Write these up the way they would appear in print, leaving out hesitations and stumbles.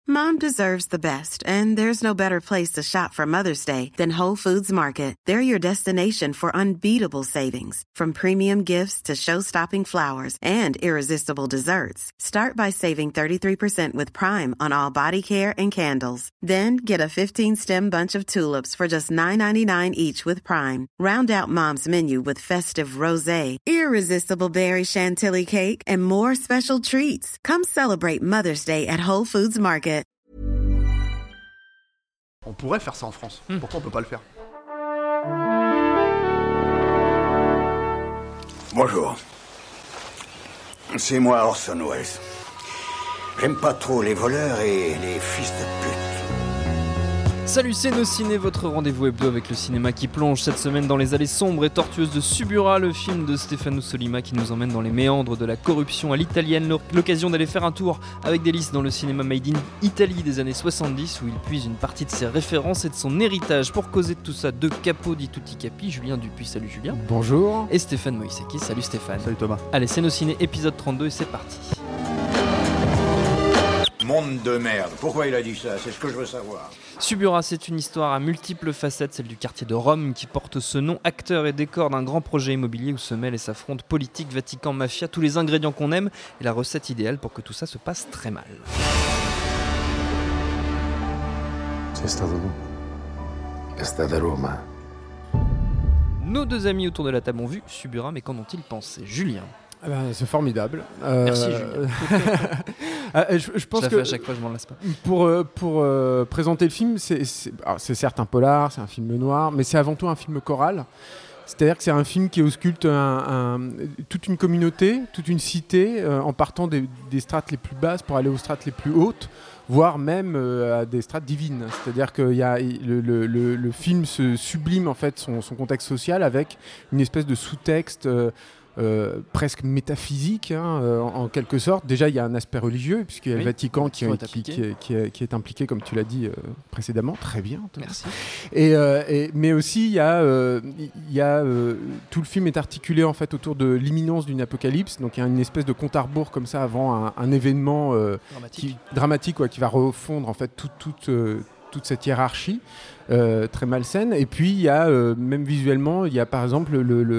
Mom deserves the best, and there's no better place to shop for Mother's Day than Whole Foods Market. They're your destination for unbeatable savings, from premium gifts to show-stopping flowers and irresistible desserts. Start by saving 33% with Prime on all body care and candles. Then get a 15-stem bunch of tulips for just $9.99 each with Prime. Round out Mom's menu with festive rosé, irresistible berry chantilly cake, and more special treats. Come celebrate Mother's Day at Whole Foods Market. On pourrait faire ça en France. Pourquoi on peut pas le faire? Bonjour. C'est moi Orson Welles. J'aime pas trop les voleurs et les fils de pute. Salut, c'est Nos Ciné, votre rendez-vous hebdo avec le cinéma qui plonge cette semaine dans les allées sombres et tortueuses de Suburra, le film de Stefano Sollima qui nous emmène dans les méandres de la corruption à l'italienne. L'occasion d'aller faire un tour avec Délice dans le cinéma made in Italy des années 70 où il puise une partie de ses références et de son héritage. Pour causer de tout ça, deux capots di tutti capi, Julien Dupuis, salut Julien. Bonjour. Et Stéphane Moïsaki, salut Stéphane. Salut Thomas. Allez, c'est Nos Ciné, épisode 32 et c'est parti. Monde de merde. Pourquoi il a dit ça? C'est ce que je veux savoir. Suburra, c'est une histoire à multiples facettes, celle du quartier de Rome qui porte ce nom, acteur et décor d'un grand projet immobilier où se mêlent et s'affrontent politique, Vatican, mafia, tous les ingrédients qu'on aime et la recette idéale pour que tout ça se passe très mal. Sei stato tu? È stata Roma. Nos deux amis autour de la table ont vu Suburra, mais qu'en ont-ils pensé? Julien. C'est formidable. Merci Julien. Je pense je la que fais à chaque fois, je m'en lasse pas. Pour présenter le film, c'est certes un polar, c'est un film noir, mais c'est avant tout un film choral. C'est-à-dire que c'est un film qui ausculte toute une communauté, toute une cité, en partant des strates les plus basses pour aller aux strates les plus hautes, voire même à des strates divines. C'est-à-dire que le film se sublime en fait son contexte social avec une espèce de sous-texte presque métaphysique en quelque sorte. Déjà il y a un aspect religieux puisqu'il y a le Vatican qui est impliqué comme tu l'as dit précédemment, très bien. Merci. Mais aussi il y a tout le film est articulé en fait autour de l'imminence d'une apocalypse, donc il y a une espèce de compte à rebours comme ça avant un événement dramatique qui va refondre en fait toute cette hiérarchie très malsaine. Et puis il y a même visuellement, il y a par exemple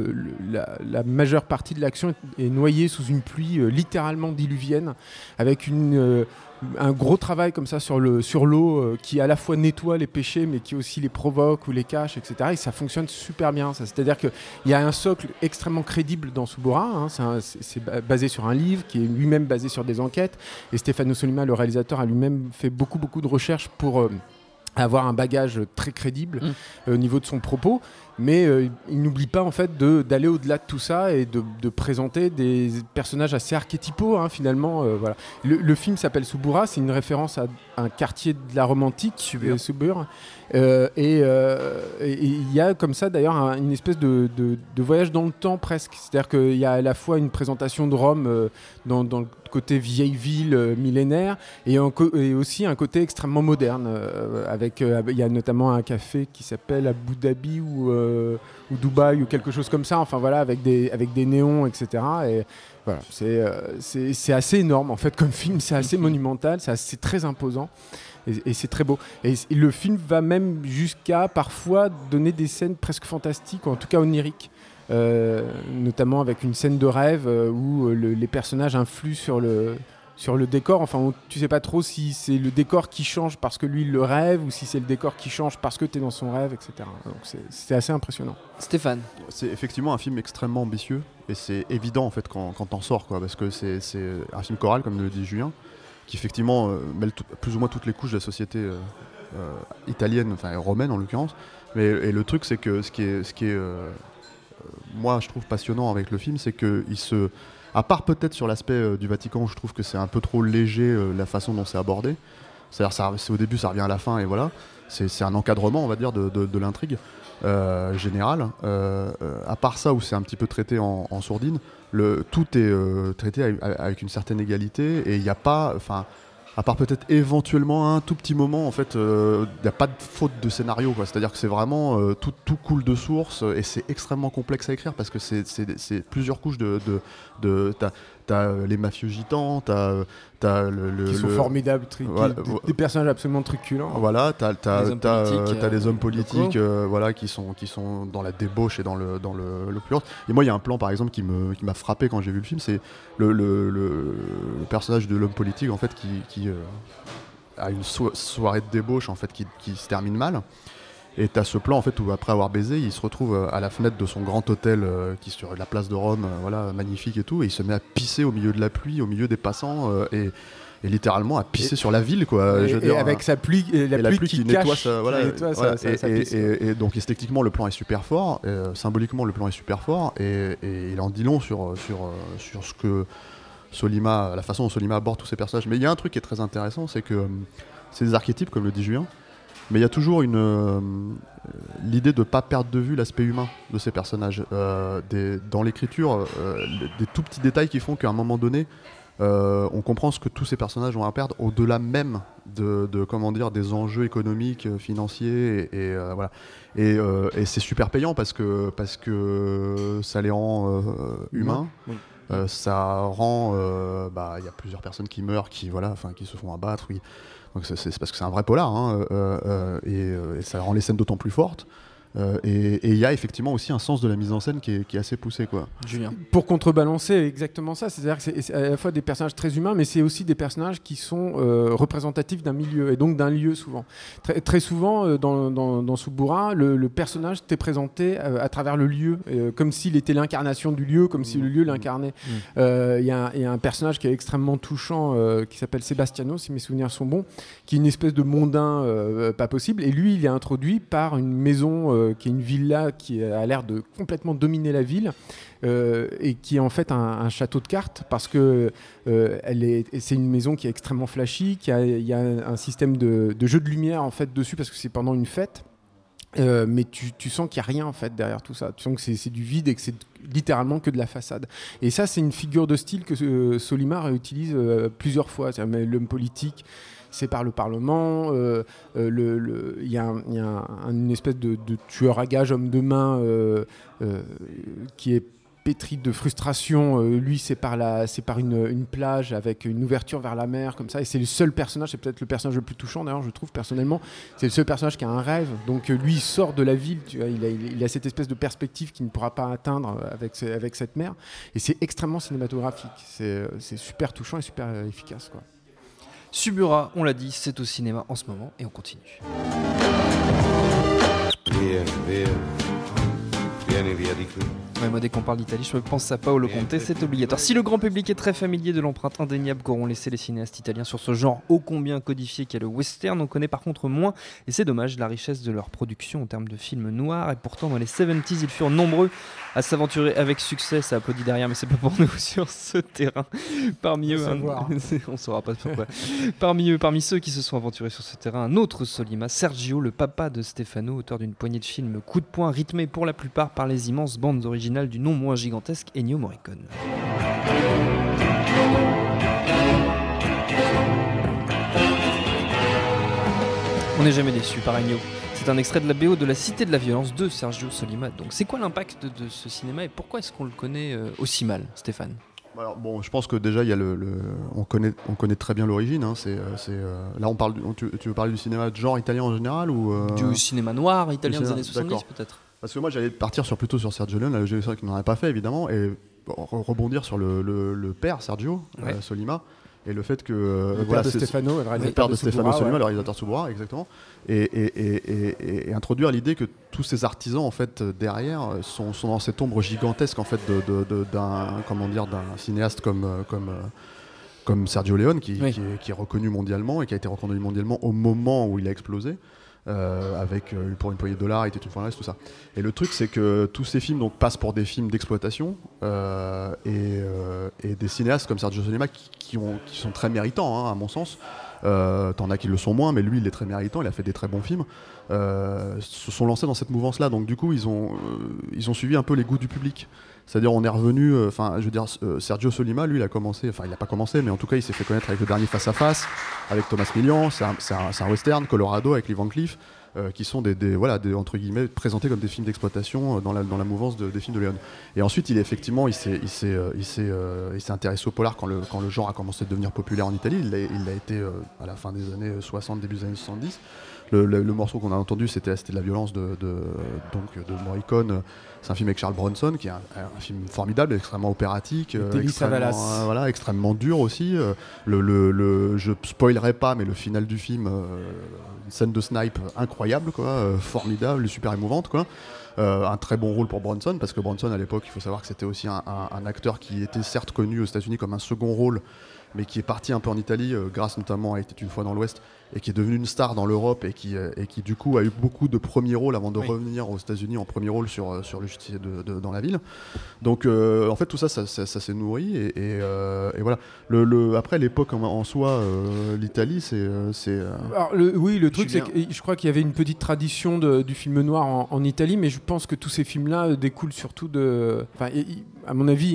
la majeure partie de l'action est noyée sous une pluie littéralement diluvienne, avec un gros travail comme ça sur l'eau qui à la fois nettoie les péchés mais qui aussi les provoque ou les cache, etc. Et ça fonctionne super bien. C'est-à-dire qu'il y a un socle extrêmement crédible dans Suburra. C'est basé sur un livre qui est lui-même basé sur des enquêtes. Et Stefano Sollima, le réalisateur, a lui-même fait beaucoup de recherches pour avoir un bagage très crédible au niveau de son propos, mais il n'oublie pas en fait d'aller au-delà de tout ça et de présenter des personnages assez archétypaux finalement. Voilà. Le film s'appelle Suburra, c'est une référence à un quartier de la Rome antique, Suburra. Et il y a comme ça d'ailleurs une espèce de voyage dans le temps presque. C'est-à-dire qu'il y a à la fois une présentation de Rome dans le côté vieille ville millénaire et aussi un côté extrêmement moderne il y a notamment un café qui s'appelle Abu Dhabi ou Dubaï ou quelque chose comme ça, enfin voilà, avec des néons, etc. Et voilà, c'est assez énorme en fait comme film, c'est assez monumental, c'est très imposant. Et c'est très beau. Et le film va même jusqu'à parfois donner des scènes presque fantastiques, ou en tout cas oniriques, notamment avec une scène de rêve où les personnages influent sur le décor. Enfin, tu sais pas trop si c'est le décor qui change parce que lui il le rêve ou si c'est le décor qui change parce que tu es dans son rêve, etc. Donc c'est assez impressionnant. Stéphane. C'est effectivement un film extrêmement ambitieux et c'est évident en fait quand t'en sors, quoi, parce que c'est un film choral comme le dit Julien, qui effectivement mêle plus ou moins toutes les couches de la société italienne, enfin romaine en l'occurrence. Et le truc, c'est que ce qui est moi je trouve passionnant avec le film, c'est que à part peut-être sur l'aspect du Vatican, je trouve que c'est un peu trop léger la façon dont c'est abordé. C'est-à-dire c'est au début, ça revient à la fin et voilà. C'est un encadrement, on va dire, de l'intrigue générale. À part ça, où c'est un petit peu traité en sourdine, tout est traité avec une certaine égalité et il n'y a pas, à part peut-être éventuellement un tout petit moment, en fait, il n'y a pas de faute de scénario, quoi. C'est-à-dire que c'est vraiment tout coule de source et c'est extrêmement complexe à écrire parce que c'est plusieurs couches t'as t'as les mafieux gitans, t'as qui sont formidables, voilà, des personnages absolument truculents. Voilà, t'as des hommes politiques locaux. qui sont dans la débauche et dans l'opulence. Et moi, il y a un plan, par exemple, qui m'a frappé quand j'ai vu le film, c'est le personnage de l'homme politique, en fait, qui a une soirée de débauche, en fait, qui se termine mal. Et t'as ce plan, en fait, où après avoir baisé, il se retrouve à la fenêtre de son grand hôtel qui est sur la place de Rome, magnifique et tout, et il se met à pisser au milieu de la pluie, au milieu des passants, et littéralement à pisser sur la ville, quoi. Et avec sa pluie, la pluie qui nettoie sa pisse. Et donc esthétiquement, le plan est super fort, symboliquement, le plan est super fort, et il en dit long sur ce que Sollima, la façon dont Sollima aborde tous ces personnages. Mais il y a un truc qui est très intéressant, c'est que c'est des archétypes, comme le dit Julien. Mais il y a toujours l'idée de ne pas perdre de vue l'aspect humain de ces personnages. Dans l'écriture, des tout petits détails qui font qu'à un moment donné, on comprend ce que tous ces personnages ont à perdre au-delà même des enjeux économiques, financiers. Et c'est super payant parce que ça les rend humains. Oui. Ça rend... y a plusieurs personnes qui meurent, qui se font abattre, oui. Donc c'est parce que c'est un vrai polar, et ça rend les scènes d'autant plus fortes. Et il y a effectivement aussi un sens de la mise en scène qui est assez poussé, quoi. Julien. Pour contrebalancer exactement ça, c'est-à-dire que c'est à la fois des personnages très humains, mais c'est aussi des personnages qui sont représentatifs d'un milieu, et donc d'un lieu souvent. Très souvent, dans Suburra, le personnage t'est présenté à travers le lieu, comme s'il était l'incarnation du lieu, comme si le lieu l'incarnait. Il y a un personnage qui est extrêmement touchant, qui s'appelle Sebastiano, si mes souvenirs sont bons, qui est une espèce de mondain pas possible, et lui, il est introduit par une maison qui est une villa qui a l'air de complètement dominer la ville, et qui est en fait un château de cartes, parce que c'est une maison qui est extrêmement flashy, il y a un système de jeu de lumière en fait dessus, parce que c'est pendant une fête. Mais tu sens qu'il n'y a rien en fait derrière tout ça. Tu sens que c'est du vide et que c'est littéralement que de la façade. Et ça, c'est une figure de style que Sollima réutilise plusieurs fois. L'homme politique, c'est par le Parlement. Il y a une espèce de tueur à gages, homme de main, qui est pétri de frustration. Lui, c'est par une plage avec une ouverture vers la mer, comme ça. Et c'est le seul personnage, c'est peut-être le personnage le plus touchant d'ailleurs, je trouve personnellement. C'est le seul personnage qui a un rêve. Donc lui, il sort de la ville, tu vois, il a cette espèce de perspective qu'il ne pourra pas atteindre avec cette mer. Et c'est extrêmement cinématographique. C'est super touchant et super efficace, quoi. Suburra, on l'a dit, c'est au cinéma en ce moment, et on continue. Ouais, moi, dès qu'on parle d'Italie, je pense à Paolo Conte, c'est obligatoire. Si le grand public est très familier de l'empreinte indéniable qu'auront laissé les cinéastes italiens sur ce genre ô combien codifié qu'est le western, on connaît par contre moins, et c'est dommage, la richesse de leur production en termes de films noirs. Et pourtant, dans les 70s, ils furent nombreux à s'aventurer avec succès. Ça applaudit derrière, mais c'est pas pour nous sur ce terrain. Parmi eux, on saura pas pourquoi. Parmi ceux qui se sont aventurés sur ce terrain, un autre Sollima, Sergio, le papa de Stefano, auteur d'une poignée de films coup de poing rythmés pour la plupart par les immenses bandes originales du non moins gigantesque Ennio Morricone. On n'est jamais déçu par Ennio. C'est un extrait de la BO de La Cité de la Violence de Sergio Sollima. Donc c'est quoi l'impact de ce cinéma et pourquoi est-ce qu'on le connaît aussi mal, Stéphane ? Alors, bon, je pense que déjà il y a on connaît très bien l'origine. Là, tu veux parler du cinéma de genre italien en général ou du cinéma noir italien des années 70 peut-être. Parce que moi j'allais partir plutôt sur Sergio Leone, là, c'est vrai qu'il n'en a pas fait évidemment, et rebondir sur le père Sergio Sollima, et le fait que le père de Stefano, Sollima, le réalisateur de Suburra, exactement, et introduire l'idée que tous ces artisans en fait derrière sont dans cette ombre gigantesque en fait d'un cinéaste comme Sergio Leone qui est reconnu mondialement et qui a été reconnu mondialement au moment où il a explosé. Pour une poignée de dollars, il était une fois tout ça. Et le truc, c'est que tous ces films passent pour des films d'exploitation et des cinéastes comme Sergio Sollima qui sont très méritants, à mon sens. T'en as qui le sont moins, mais lui, il est très méritant. Il a fait des très bons films. Se sont lancés dans cette mouvance-là. Donc du coup, ils ont suivi un peu les goûts du public. C'est-à-dire, on est revenu. Sergio Sollima, lui, il a pas commencé, mais en tout cas, il s'est fait connaître avec le dernier Face à Face, avec Thomas Milian. C'est un western, Colorado, avec Lee Van Cleef. qui sont entre guillemets présentés comme des films d'exploitation dans la mouvance des films de Léon. Et ensuite, il s'est intéressé au polar quand le genre a commencé à devenir populaire en Italie. Il l'a été à la fin des années 60, début des années 70. Le morceau qu'on a entendu, c'était de la violence de Morricone. C'est un film avec Charles Bronson, qui est un film formidable, extrêmement opératique, extrêmement dur aussi. Je spoilerai pas, mais le final du film, une scène de snipe incroyable, quoi, formidable, super émouvante, quoi. Un très bon rôle pour Bronson, parce que Bronson à l'époque, il faut savoir que c'était aussi un acteur qui était certes connu aux États-Unis comme un second rôle, mais qui est parti un peu en Italie, grâce notamment à Il était une fois dans l'Ouest, et qui est devenu une star dans l'Europe, et qui du coup a eu beaucoup de premiers rôles avant de revenir aux États-Unis en premier rôle sur le justicier dans la ville. Donc en fait tout ça s'est nourri, et voilà. Après l'époque en soi, l'Italie, c'est. Alors, le truc c'est que je crois qu'il y avait une petite tradition du film noir en Italie, mais je pense que tous ces films-là découlent surtout à mon avis,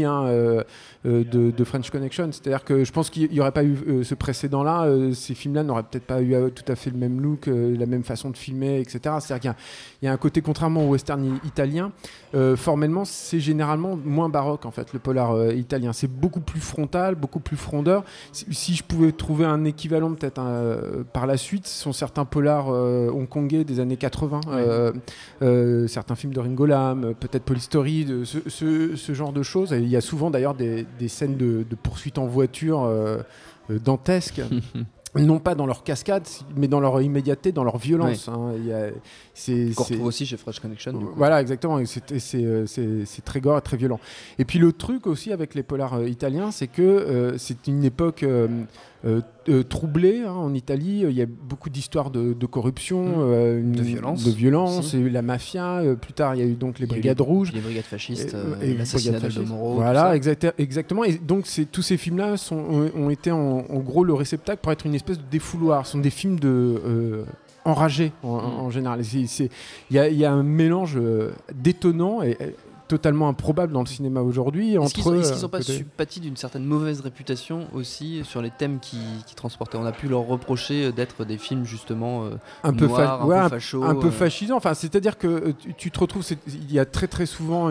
de French Connection. C'est-à-dire que je pense qu'il n'y aurait pas eu ce précédent-là, ces films-là n'auraient peut-être pas eu tout à fait le même look, la même façon de filmer, etc. C'est-à-dire qu'il y a un côté, contrairement au western italien, formellement, c'est généralement moins baroque, en fait, le polar italien. C'est beaucoup plus frontal, beaucoup plus frondeur. Si je pouvais trouver un équivalent, peut-être par la suite, ce sont certains polars hongkongais des années 80, certains films de Ringo Lam, peut-être Police Story, ce genre de choses. Et il y a souvent d'ailleurs des scènes de poursuite en voiture dantesques. Non pas dans leur cascade, mais dans leur immédiateté, dans leur violence. Qu'on retrouve aussi chez French Connection. Voilà, exactement. Et c'est très gore et très violent. Et puis le truc aussi avec les polars italiens, c'est que c'est une époque troublée en Italie. Il y a beaucoup d'histoires de corruption, de violence, et la mafia. Plus tard, il y a eu donc les brigades rouges, les brigades fascistes, l'assassinat d'Aldo Moro. Voilà, exactement. Et donc tous ces films-là ont été en gros le réceptacle pour être une espèce de défouloir. Ce sont des films enragés en général. Il y a un mélange détonnant et totalement improbable dans le cinéma aujourd'hui. Est-ce qu'ils n'ont pas pâti d'une certaine mauvaise réputation aussi sur les thèmes qui transportaient? On a pu leur reprocher d'être des films justement un peu noirs, un peu fachos, un peu fascisants. Enfin, c'est-à-dire que tu te retrouves, il y a très très souvent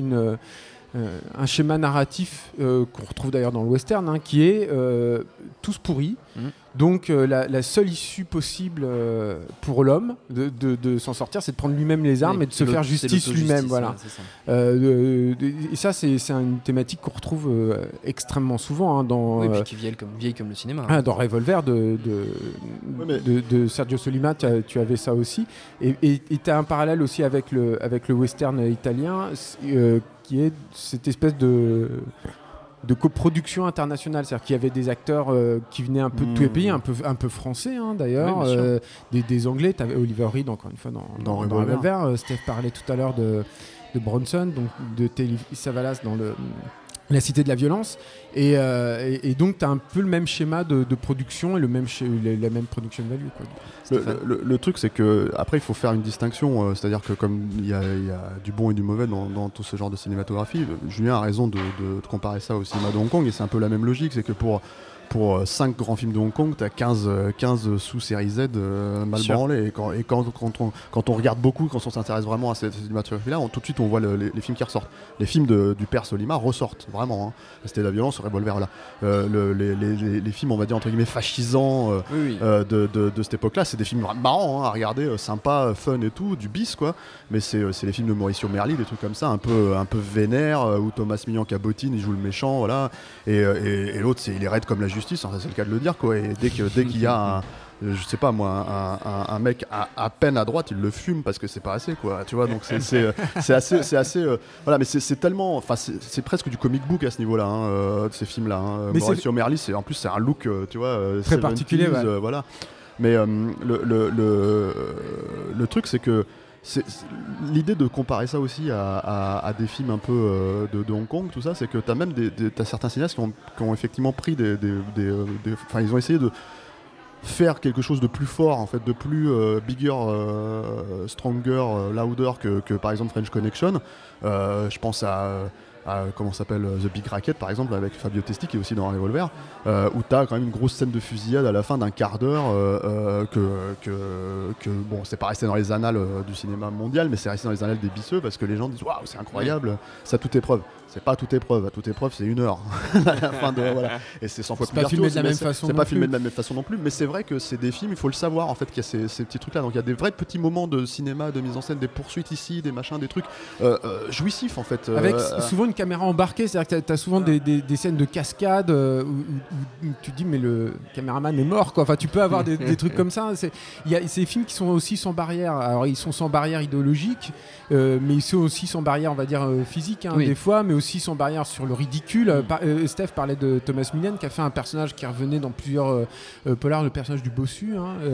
un schéma narratif qu'on retrouve d'ailleurs dans le western, qui est tous pourris. Donc la seule issue possible pour l'homme de s'en sortir, c'est de prendre lui-même les armes et de se faire justice lui-même. Voilà. Et ça, c'est une thématique qu'on retrouve extrêmement souvent et puis qui vieille comme le cinéma. Dans Revolver de Sergio Sollima, tu avais ça aussi. Et tu as un parallèle aussi avec le western italien, qui est cette espèce de coproduction internationale, c'est-à-dire qu'il y avait des acteurs qui venaient un peu de tous les pays, un peu français d'ailleurs, des Anglais. Tu avais Oliver Reed encore une fois dans Revolver. Steph parlait tout à l'heure de Bronson, donc de Telly Savalas dans La Cité de la Violence, et donc tu as un peu le même schéma de production et la même production value, quoi. Le truc, c'est que après il faut faire une distinction, c'est-à-dire que comme il y a du bon et du mauvais dans tout ce genre de cinématographie, Julien a raison de comparer ça au cinéma de Hong Kong, et c'est un peu la même logique, c'est que pour 5 grands films de Hong Kong, tu as 15 sous-série Z mal branlés. Et quand on regarde beaucoup, quand on s'intéresse vraiment à cette cinématographie-là, tout de suite on voit les films qui ressortent. Les films du père Sollima ressortent, vraiment. C'était la violence, Revolver là. Les films, on va dire, entre guillemets, fascisants de cette époque-là, c'est des films marrants à regarder, sympa, fun et tout, du bis, quoi. Mais c'est les films de Mauricio Merli, des trucs comme ça, un peu vénères, où Thomas Millian cabotine, il joue le méchant, voilà. Et l'autre, il est raide comme la justice, c'est le cas de le dire, quoi. Et dès qu'il y a je sais pas moi, un mec à peine à droite, il le fume parce que c'est pas assez, quoi, tu vois. Donc c'est assez voilà, mais c'est tellement, enfin c'est presque du comic book à ce niveau-là, de ces films-là. Mauricio Merli, c'est un look, tu vois, très particulier, voilà. Mais le truc, c'est que l'idée de comparer ça aussi à des films un peu de Hong Kong, tout ça, c'est que t'as même t'as certains cinéastes qui ont effectivement pris enfin, ils ont essayé de faire quelque chose de plus fort, en fait, de plus bigger, stronger, louder que par exemple French Connection. Je pense à comment s'appelle The Big Racket par exemple avec Fabio Testi qui est aussi dans Revolver, où t'as quand même une grosse scène de fusillade à la fin d'un quart d'heure que bon, c'est pas resté dans les annales du cinéma mondial, mais c'est resté dans les annales des Bisseux parce que les gens disent waouh, c'est incroyable, c'est à toute épreuve. C'est pas à toute épreuve c'est 1 heure à la fin de voilà, et c'est 100 fois plus filmé de la même façon. C'est pas filmé de la même façon non plus, mais c'est vrai que c'est des films, il faut le savoir en fait qu'il y a ces petits trucs là, donc il y a des vrais petits moments de cinéma, de mise en scène, des poursuites ici, des machins, des trucs jouissifs en fait, avec souvent une caméra embarquée, c'est-à-dire que t'as souvent des scènes de cascade où tu te dis mais le caméraman est mort quoi, enfin tu peux avoir des trucs comme ça. Il y a ces films qui sont aussi sans barrière, alors ils sont sans barrière idéologique, mais ils sont aussi sans barrière on va dire physique des fois, mais aussi sans barrière sur le ridicule. Steph parlait de Thomas Millian qui a fait un personnage qui revenait dans plusieurs polars, le personnage du bossu,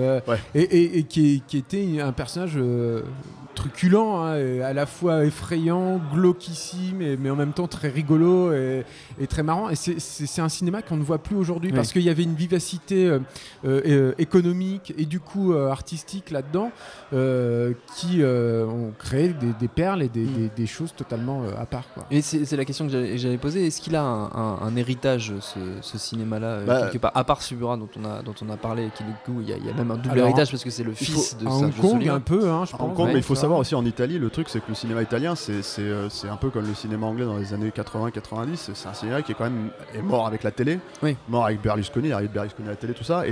et qui était un personnage truculent, à la fois effrayant, glauquissime, mais en même temps très rigolo et très marrant. Et c'est un cinéma qu'on ne voit plus aujourd'hui parce qu'il y avait une vivacité économique et du coup artistique là-dedans qui ont créé des perles et des choses totalement à part, quoi. Et c'est la question que j'avais posée. Est-ce qu'il a un héritage, ce cinéma-là, quelque part, à part Suburra dont on a parlé, qui du coup il y a même un double héritage parce que c'est le fils de Hong Kong un peu, je pense. Hong Kong, mais il faut savoir aussi en Italie, le truc c'est que le cinéma italien c'est un peu comme le cinéma anglais dans les années 80-90, c'est un cinéma qui est mort avec la télé, mort avec Berlusconi, l'arrivée de Berlusconi à la télé, tout ça,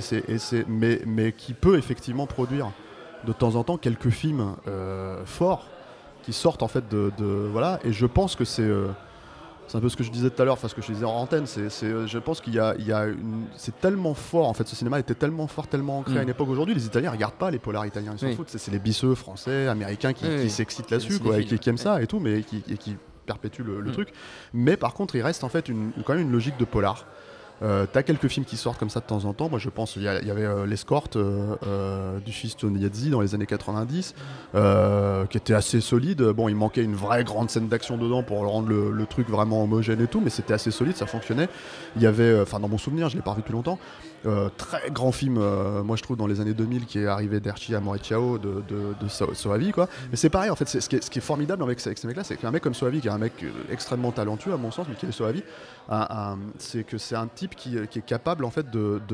mais qui peut effectivement produire de temps en temps quelques films forts qui sortent en fait de voilà, et je pense que c'est un peu ce que je disais tout à l'heure, enfin ce que je disais en antenne, je pense qu'il y a c'est tellement fort en fait, ce cinéma était tellement fort, tellement ancré à une époque. Aujourd'hui les Italiens regardent pas les polars italiens, ils s'en foutent, c'est les Bisseux français, américains qui s'excitent là-dessus quoi, et qui aiment ça et tout, mais qui perpétuent le truc. Mais par contre il reste en fait quand même une logique de polar. T'as quelques films qui sortent comme ça de temps en temps. Moi je pense il y avait l'escorte du fils Tognazzi dans les années 90 qui était assez solide. Bon, il manquait une vraie grande scène d'action dedans pour rendre le truc vraiment homogène et tout, mais c'était assez solide, ça fonctionnait. Il y avait, enfin dans mon souvenir, je l'ai pas revu depuis longtemps, très grand film, moi je trouve dans les années 2000 qui est arrivé d'Erci Amore Ciao de Soavi quoi. Mais c'est pareil en fait, ce qui est formidable avec ces mecs là, c'est qu'un mec comme Soavi qui est un mec extrêmement talentueux à mon sens, mais qui est Soavi, c'est que c'est un type qui est capable en fait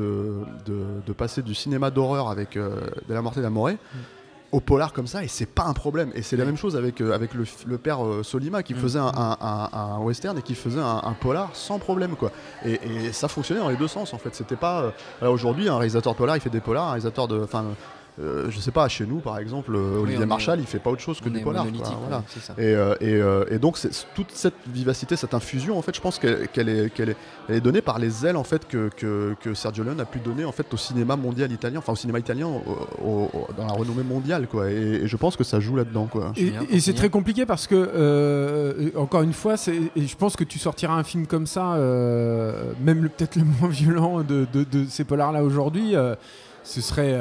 de passer du cinéma d'horreur avec Della Morte d'Amore au polar comme ça, et c'est pas un problème. Et c'est la même chose avec le père Sollima qui faisait un western et qui faisait un polar sans problème quoi. Et ça fonctionnait dans les deux sens en fait. C'était pas aujourd'hui un réalisateur de polar il fait des polars, un réalisateur de je sais pas, chez nous par exemple, Olivier Marchal il fait pas autre chose que du polar quoi, voilà. C'est ça. Et donc toute cette vivacité, cette infusion en fait, je pense qu'elle est donnée par les ailes en fait que Sergio Leone a pu donner en fait au cinéma mondial italien, enfin au cinéma italien dans la renommée mondiale quoi, et je pense que ça joue là-dedans quoi. Et c'est très compliqué parce que encore une fois et je pense que tu sortiras un film comme ça, même peut-être le moins violent de ces polars là aujourd'hui, ce serait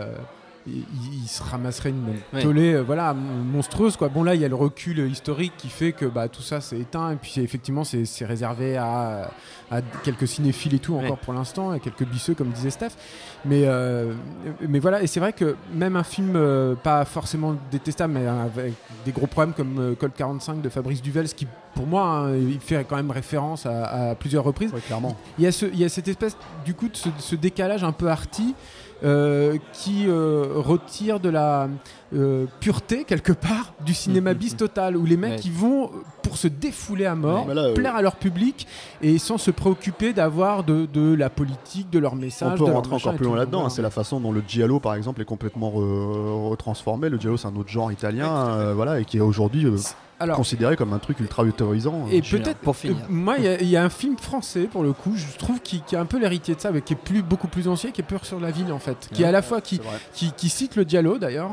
il se ramasserait une tollée monstrueuse quoi. Bon là il y a le recul historique qui fait que tout ça c'est éteint, et puis effectivement c'est réservé à quelques cinéphiles et tout encore pour l'instant, et quelques bisseux comme disait Steph, mais voilà. Et c'est vrai que même un film pas forcément détestable mais avec des gros problèmes comme Colt 45 de Fabrice Duvels, qui pour moi il fait quand même référence à plusieurs reprises, clairement. Il y a cette espèce du coup de ce décalage un peu arty qui retire de la pureté quelque part du cinéma bis total, où les mecs ils vont pour se défouler à mort, plaire à leur public, et sans se préoccuper d'avoir de la politique, de leur message. On peut rentrer encore plus loin là-dedans, c'est la façon dont le giallo par exemple est complètement retransformé. Le giallo c'est un autre genre italien et qui est aujourd'hui considéré comme un truc ultra autorisant. Et peut-être pour finir, moi il y a un film français pour le coup, je trouve qui est un peu l'héritier de ça, mais qui est beaucoup plus ancien, qui est Peur sur la ville en fait, qui est à la fois qui cite le giallo d'ailleurs,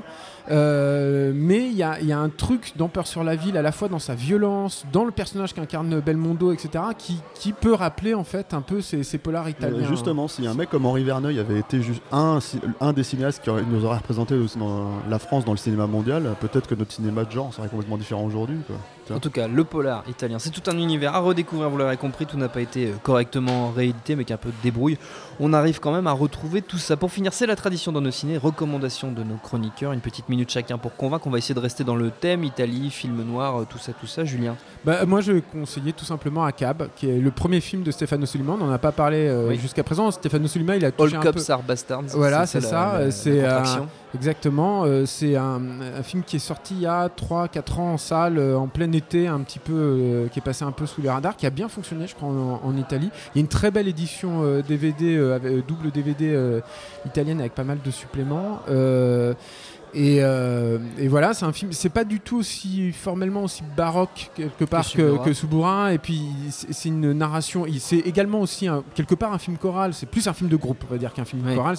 mais il y a un truc dans Peur sur la ville, à la fois dans sa violence, dans le personnage qu'incarne Belmondo, etc., qui peut rappeler en fait un peu ces polars italiens. Justement, si un mec comme Henri Verneuil avait été juste un des cinéastes qui nous aurait représenté dans la France dans le cinéma mondial, peut-être que notre cinéma de genre serait complètement différent aujourd'hui quoi. En tout cas, le polar italien, c'est tout un univers à redécouvrir, vous l'aurez compris, tout n'a pas été correctement réédité, mais qu'un peu de débrouille, on arrive quand même à retrouver tout ça. Pour finir, c'est la tradition dans nos ciné, recommandation de nos chroniqueurs, une petite minutes chacun pour convaincre. On va essayer de rester dans le thème, Italie, film noir, tout ça, Julien. Moi, je vais conseiller tout simplement Acab, qui est le premier film de Stefano Sollima. On n'en a pas parlé jusqu'à présent. Stefano Sollima, il a touché All Cops Are Bastards. Voilà, c'est ça. C'est exactement. C'est un film qui est sorti il y a 3-4 ans en salle, en plein été, un petit peu, qui est passé un peu sous les radars, qui a bien fonctionné, je crois, en Italie. Il y a une très belle édition DVD, double DVD italienne avec pas mal de suppléments. Et voilà, c'est un film, c'est pas du tout formellement aussi baroque quelque part que Suburra, et puis c'est une narration, c'est également aussi quelque part un film choral, c'est plus un film de groupe, on va dire, qu'un film choral,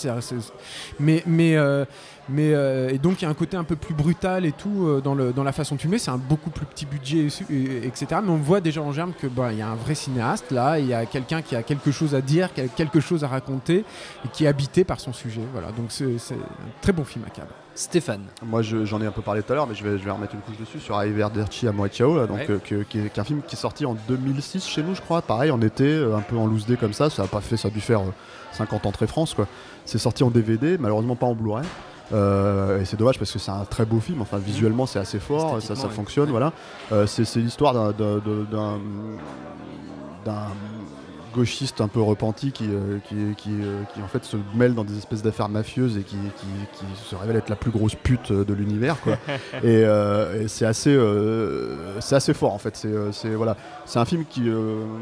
et donc il y a un côté un peu plus brutal et tout dans la façon de filmer. C'est un beaucoup plus petit budget, etc. Mais on voit déjà en germe que il y a un vrai cinéaste là, il y a quelqu'un qui a quelque chose à dire, qui a quelque chose à raconter et qui est habité par son sujet. Voilà, donc c'est un très bon film, Acab. Stéphane. Moi j'en ai un peu parlé tout à l'heure, mais je vais remettre une couche dessus sur Arrivederci Amore Ciao, là, donc, qui est un film qui est sorti en 2006 chez nous, je crois, pareil en été, un peu en loose day comme ça a dû faire 50 entrées France, quoi. C'est sorti en DVD, malheureusement pas en Blu-ray. Et c'est dommage parce que c'est un très beau film, enfin visuellement c'est assez fort, ça fonctionne, voilà. C'est l'histoire d'un gauchiste un peu repenti qui en fait se mêle dans des espèces d'affaires mafieuses et qui se révèle être la plus grosse pute de l'univers, quoi. et c'est assez fort en fait. C'est un film qui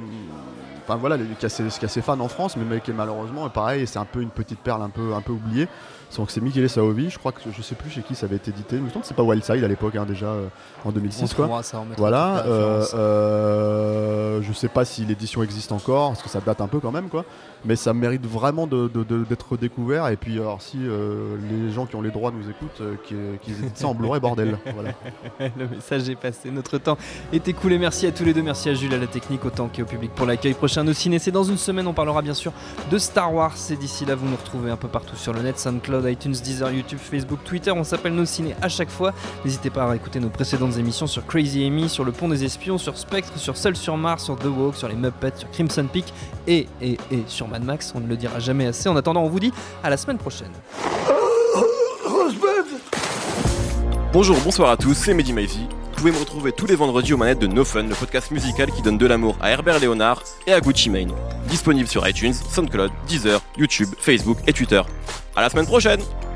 a ses fans en France, mais qui est malheureusement pareil, c'est un peu une petite perle un peu oubliée. Donc c'est Michele Saovi, je crois que je sais plus chez qui ça avait été édité, mais je me semble que c'est pas Wildside à l'époque, déjà en 2006, quoi. Voilà, je sais pas si l'édition existe encore, parce que ça date un peu quand même, quoi. Mais ça mérite vraiment d'être découvert. Et puis alors si les gens qui ont les droits nous écoutent, qu'ils éditent ça en Blu-ray, bordel. Voilà. Le message est passé, notre temps est écoulé. Merci à tous les deux, merci à Jules à la technique autant qu'au public pour l'accueil. Prochain Nos Ciné, c'est dans une semaine, on parlera bien sûr de Star Wars. Et d'ici là, vous nous retrouvez un peu partout sur le net, SoundCloud, iTunes, Deezer, YouTube, Facebook, Twitter. On s'appelle Nos Ciné à chaque fois. N'hésitez pas à écouter nos précédentes émissions sur Crazy Amy, sur Le Pont des Espions, sur Spectre, sur Seul sur Mars, sur The Walk, sur les Muppets, sur Crimson Peak et sur Mad Max. On ne le dira jamais assez. En attendant, on vous dit à la semaine prochaine. Bonjour, bonsoir à tous, c'est Mehdi Maizy. Vous pouvez me retrouver tous les vendredis aux manettes de No Fun, le podcast musical qui donne de l'amour à Herbert Léonard et à Gucci Mane. Disponible sur iTunes, SoundCloud, Deezer, YouTube, Facebook et Twitter. À la semaine prochaine!